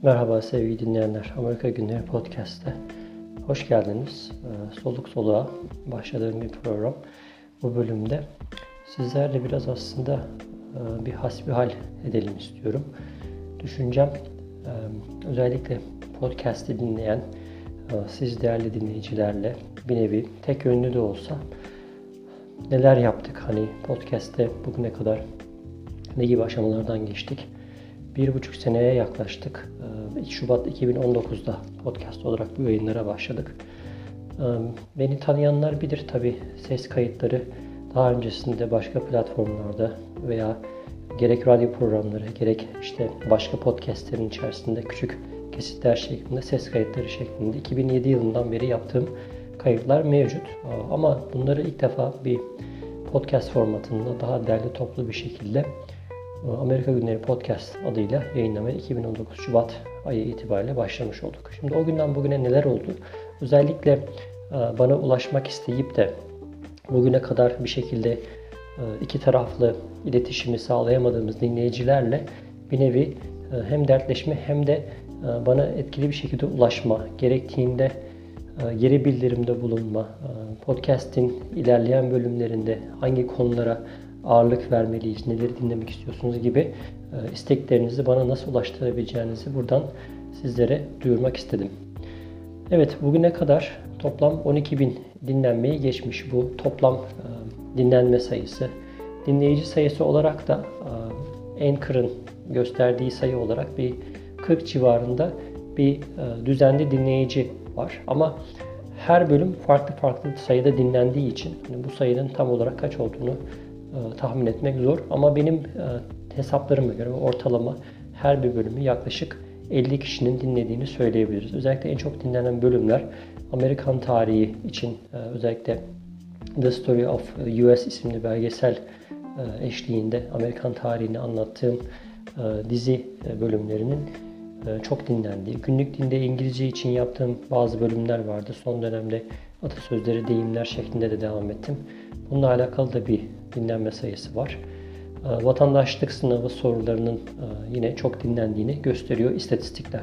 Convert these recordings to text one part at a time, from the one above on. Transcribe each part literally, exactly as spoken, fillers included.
Merhaba sevgili dinleyenler, Amerika Günleri Podcast'te hoş geldiniz. Soluk soluğa başladığım bir program. Bu bölümde sizlerle biraz aslında bir hasbihal edelim istiyorum. Düşüncem özellikle podcast'i dinleyen siz değerli dinleyicilerle bir nevi tek yönlü de olsa neler yaptık? Hani podcast'te bugüne kadar ne gibi aşamalardan geçtik? Bir buçuk seneye yaklaştık. Şubat iki bin on dokuz'da podcast olarak bu yayınlara başladık. Beni tanıyanlar bilir tabii, ses kayıtları daha öncesinde başka platformlarda veya gerek radyo programları gerek işte başka podcastlerin içerisinde küçük kesitler şeklinde, ses kayıtları şeklinde iki bin yedi yılından beri yaptığım kayıtlar mevcut. Ama bunları ilk defa bir podcast formatında daha derli toplu bir şekilde Amerika Günleri Podcast adıyla yayınlamaya iki bin on dokuz Şubat ayı itibariyle başlamış olduk. Şimdi o günden bugüne neler oldu? Özellikle bana ulaşmak isteyip de bugüne kadar bir şekilde iki taraflı iletişimi sağlayamadığımız dinleyicilerle bir nevi hem dertleşme hem de bana etkili bir şekilde ulaşma, gerektiğinde geri bildirimde bulunma, podcast'in ilerleyen bölümlerinde hangi konulara ağırlık vermeliyiz, neleri dinlemek istiyorsunuz gibi isteklerinizi bana nasıl ulaştırabileceğinizi buradan sizlere duyurmak istedim. Evet, bugüne kadar toplam on iki bin dinlenmeyi geçmiş bu toplam dinlenme sayısı. Dinleyici sayısı olarak da Anchor'ın gösterdiği sayı olarak bir kırk civarında bir düzenli dinleyici var. Ama her bölüm farklı farklı sayıda dinlendiği için yani bu sayının tam olarak kaç olduğunu tahmin etmek zor. Ama benim hesaplarıma göre ortalama her bir bölümü yaklaşık elli kişinin dinlediğini söyleyebiliriz. Özellikle en çok dinlenen bölümler Amerikan tarihi için, özellikle The Story of U S isimli belgesel eşliğinde Amerikan tarihini anlattığım dizi bölümlerinin çok dinlendiği. Günlük dinde İngilizce için yaptığım bazı bölümler vardı. Son dönemde atasözleri, deyimler şeklinde de devam ettim. Bununla alakalı da bir dinlenme sayısı var. Vatandaşlık sınavı sorularının yine çok dinlendiğini gösteriyor istatistikler.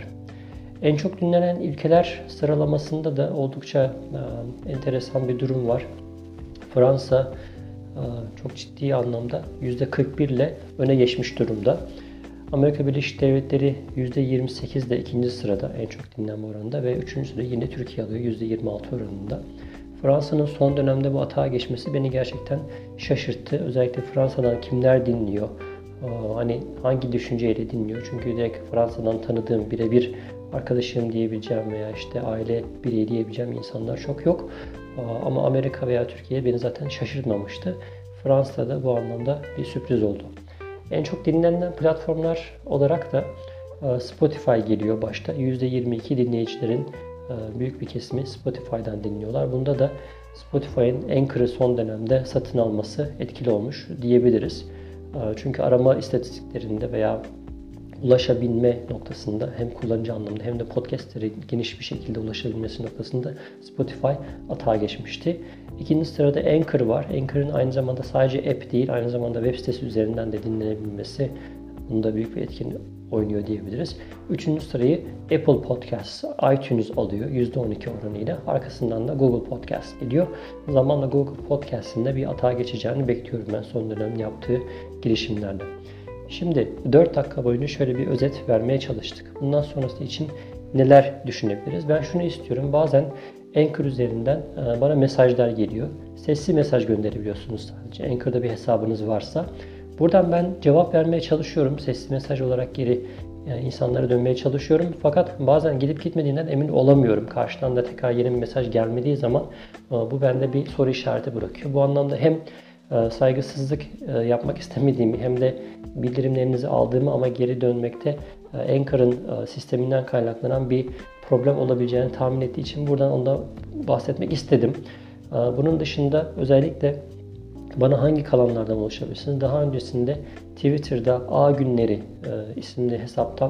En çok dinlenen ülkeler sıralamasında da oldukça enteresan bir durum var. Fransa çok ciddi anlamda yüzde kırk bir ile öne geçmiş durumda. Amerika Birleşik Devletleri yüzde yirmi sekiz ile ikinci sırada en çok dinlenme oranında ve üçüncü sırada yine Türkiye alıyor yüzde yirmi altı oranında. Fransa'nın son dönemde bu atağa geçmesi beni gerçekten şaşırttı. Özellikle Fransa'dan kimler dinliyor? Hani hangi düşünceyle dinliyor? Çünkü direkt Fransa'dan tanıdığım birebir arkadaşım diyebileceğim veya işte aile bireyi diyebileceğim insanlar çok yok. Ama Amerika veya Türkiye beni zaten şaşırtmamıştı. Fransa'da bu anlamda bir sürpriz oldu. En çok dinlenen platformlar olarak da Spotify geliyor başta. yüzde yirmi iki dinleyicilerin büyük bir kesimi Spotify'dan dinliyorlar. Bunda da Spotify'ın Anchor'ı son dönemde satın alması etkili olmuş diyebiliriz. Çünkü arama istatistiklerinde veya ulaşabilme noktasında hem kullanıcı anlamında hem de podcast'lere geniş bir şekilde ulaşabilmesi noktasında Spotify atağa geçmişti. İkinci sırada Anchor var. Anchor'ın aynı zamanda sadece app değil, aynı zamanda web sitesi üzerinden de dinlenebilmesi bunda büyük bir etkin oynuyor diyebiliriz. Üçüncü sırayı Apple Podcasts, iTunes alıyor yüzde on iki oranıyla. Arkasından da Google Podcast geliyor. Zamanla Google Podcast'ın da bir atağa geçeceğini bekliyorum ben son dönem yaptığı girişimlerde. Şimdi dört dakika boyunca şöyle bir özet vermeye çalıştık. Bundan sonrası için neler düşünebiliriz? Ben şunu istiyorum. Bazen Anchor üzerinden bana mesajlar geliyor. Sesli mesaj gönderebiliyorsunuz sadece. Anchor'da bir hesabınız varsa. Buradan ben cevap vermeye çalışıyorum. Sesli mesaj olarak geri yani insanlara dönmeye çalışıyorum. Fakat bazen gidip gitmediğinden emin olamıyorum. Karşıdan da tekrar yeni bir mesaj gelmediği zaman bu bende bir soru işareti bırakıyor. Bu anlamda hem saygısızlık yapmak istemediğimi hem de bildirimlerinizi aldığımı ama geri dönmekte Anchor'ın sisteminden kaynaklanan bir problem olabileceğini tahmin ettiği için buradan ondan bahsetmek istedim. Bunun dışında özellikle bana hangi kanallardan ulaşabilirsiniz? Daha öncesinde Twitter'da A Günleri isimli hesaptan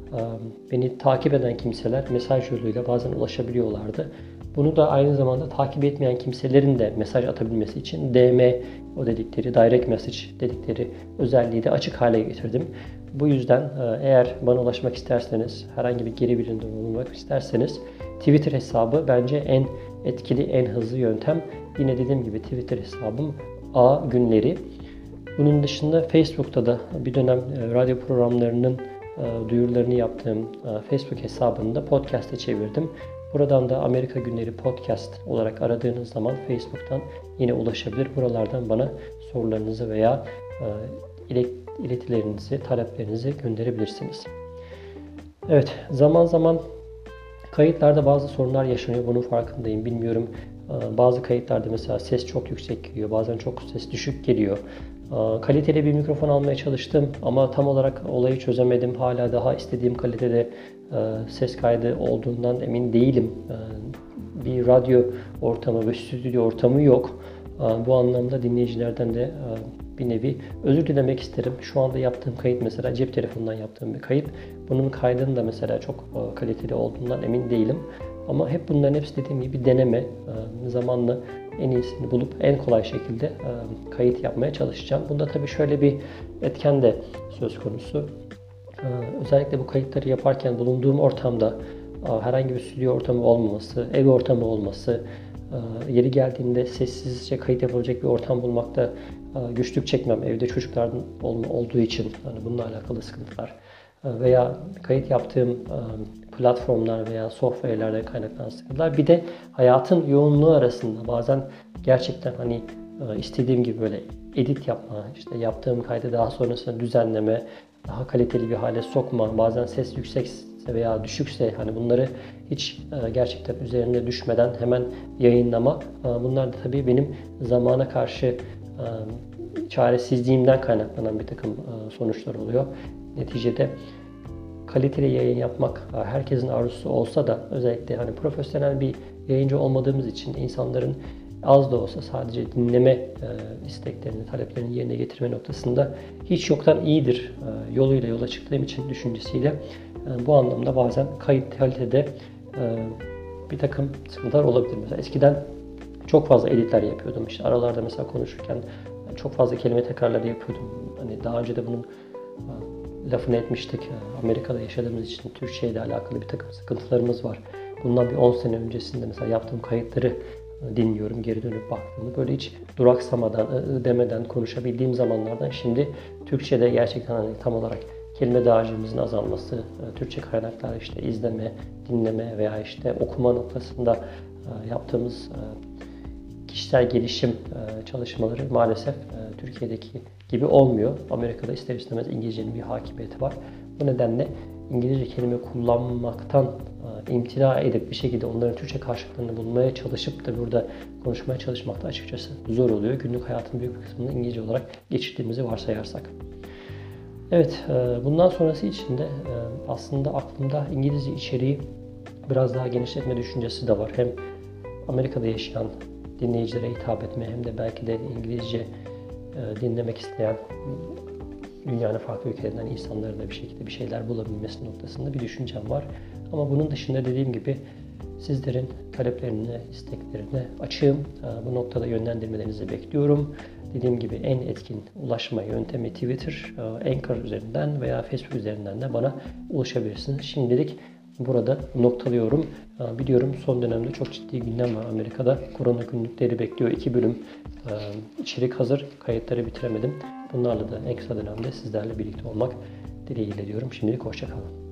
beni takip eden kimseler mesaj yoluyla bazen ulaşabiliyorlardı. Bunu da aynı zamanda takip etmeyen kimselerin de mesaj atabilmesi için D M o dedikleri direct message dedikleri özelliği de açık hale getirdim. Bu yüzden eğer bana ulaşmak isterseniz, herhangi bir geri bildirimde bulunmak isterseniz Twitter hesabı bence en etkili, en hızlı yöntem. Yine dediğim gibi Twitter hesabım A Günleri. Bunun dışında Facebook'ta da bir dönem radyo programlarının duyurularını yaptığım Facebook hesabını da podcast'e çevirdim. Buradan da Amerika Günleri Podcast olarak aradığınız zaman Facebook'tan yine ulaşabilir. Buralardan bana sorularınızı veya iletilerinizi, taleplerinizi gönderebilirsiniz. Evet, zaman zaman kayıtlarda bazı sorunlar yaşanıyor. Bunun farkındayım. Bilmiyorum. Bazı kayıtlarda mesela ses çok yüksek geliyor. Bazen çok ses düşük geliyor. Kaliteli bir mikrofon almaya çalıştım ama tam olarak olayı çözemedim. Hala daha istediğim kalitede ses kaydı olduğundan emin değilim. Bir radyo ortamı ve stüdyo ortamı yok. Bu anlamda dinleyicilerden de bir nevi özür dilemek isterim. Şu anda yaptığım kayıt mesela cep telefonundan yaptığım bir kayıt. Bunun kaydının da mesela çok kaliteli olduğundan emin değilim. Ama hep bunların hepsi dediğim gibi deneme. Zamanla en iyisini bulup en kolay şekilde kayıt yapmaya çalışacağım. Bunda tabii şöyle bir etken de söz konusu. Özellikle bu kayıtları yaparken bulunduğum ortamda herhangi bir stüdyo ortamı olmaması, ev ortamı olması, yeri geldiğinde sessizce kayıt yapabilecek bir ortam bulmakta güçlük çekmem. Evde çocuklar olduğu için hani bununla alakalı sıkıntılar veya kayıt yaptığım platformlar veya software'lerden kaynaklanan sıkıntılar. Bir de hayatın yoğunluğu arasında bazen gerçekten hani istediğim gibi böyle edit yapma, işte yaptığım kaydı daha sonrasında düzenleme, daha kaliteli bir hale sokma, bazen ses yüksekse veya düşükse hani bunları hiç gerçekten üzerine düşmeden hemen yayınlama. Bunlar da tabii benim zamana karşı çaresizliğimden kaynaklanan bir takım sonuçlar oluyor. Neticede kaliteli yayın yapmak herkesin arzusu olsa da özellikle hani profesyonel bir yayıncı olmadığımız için insanların az da olsa sadece dinleme e, isteklerini, taleplerini yerine getirme noktasında hiç yoktan iyidir e, yoluyla yola çıktığım için düşüncesiyle e, bu anlamda bazen kayıt kalitede e, bir takım sıkıntılar olabilir. Mesela eskiden çok fazla editler yapıyordum. İşte aralarda mesela konuşurken çok fazla kelime tekrarları yapıyordum. Hani daha önce de bunun e, lafını etmiştik. Amerika'da yaşadığımız için Türkçe ile alakalı bir takım sıkıntılarımız var. Bundan bir on sene öncesinde mesela yaptığım kayıtları dinliyorum, geri dönüp baktığımda böyle hiç duraksamadan, demeden konuşabildiğim zamanlardan şimdi Türkçe'de gerçekten hani tam olarak kelime dağarcığımızın azalması, Türkçe kaynaklar işte izleme, dinleme veya işte okuma noktasında yaptığımız kişisel gelişim çalışmaları maalesef Türkiye'deki gibi olmuyor. Amerika'da ister istemez İngilizcenin bir hakimiyeti var. Bu nedenle İngilizce kelime kullanmaktan imtina edip bir şekilde onların Türkçe karşılıklarını bulmaya çalışıp da burada konuşmaya çalışmak da açıkçası zor oluyor. Günlük hayatın büyük bir kısmını İngilizce olarak geçirdiğimizi varsayarsak. Evet, bundan sonrası için de aslında aklımda İngilizce içeriği biraz daha genişletme düşüncesi de var. Hem Amerika'da yaşayan dinleyicilere hitap etme hem de belki de İngilizce dinlemek isteyen dünyanın farklı ülkelerinden insanların da bir şekilde bir şeyler bulabilmesi noktasında bir düşüncem var. Ama bunun dışında dediğim gibi sizlerin taleplerine, isteklerine açığım. Bu noktada yönlendirmelerinizi bekliyorum. Dediğim gibi en etkin ulaşma yöntemi Twitter, Anchor üzerinden veya Facebook üzerinden de bana ulaşabilirsiniz. Şimdilik burada noktalıyorum. Biliyorum son dönemde çok ciddi gündem var Amerika'da. Korona günlükleri bekliyor. İki bölüm içerik hazır. Kayıtları bitiremedim. Bunlarla da en kısa dönemde sizlerle birlikte olmak dileğiyle diyorum. Şimdilik hoşça kalın.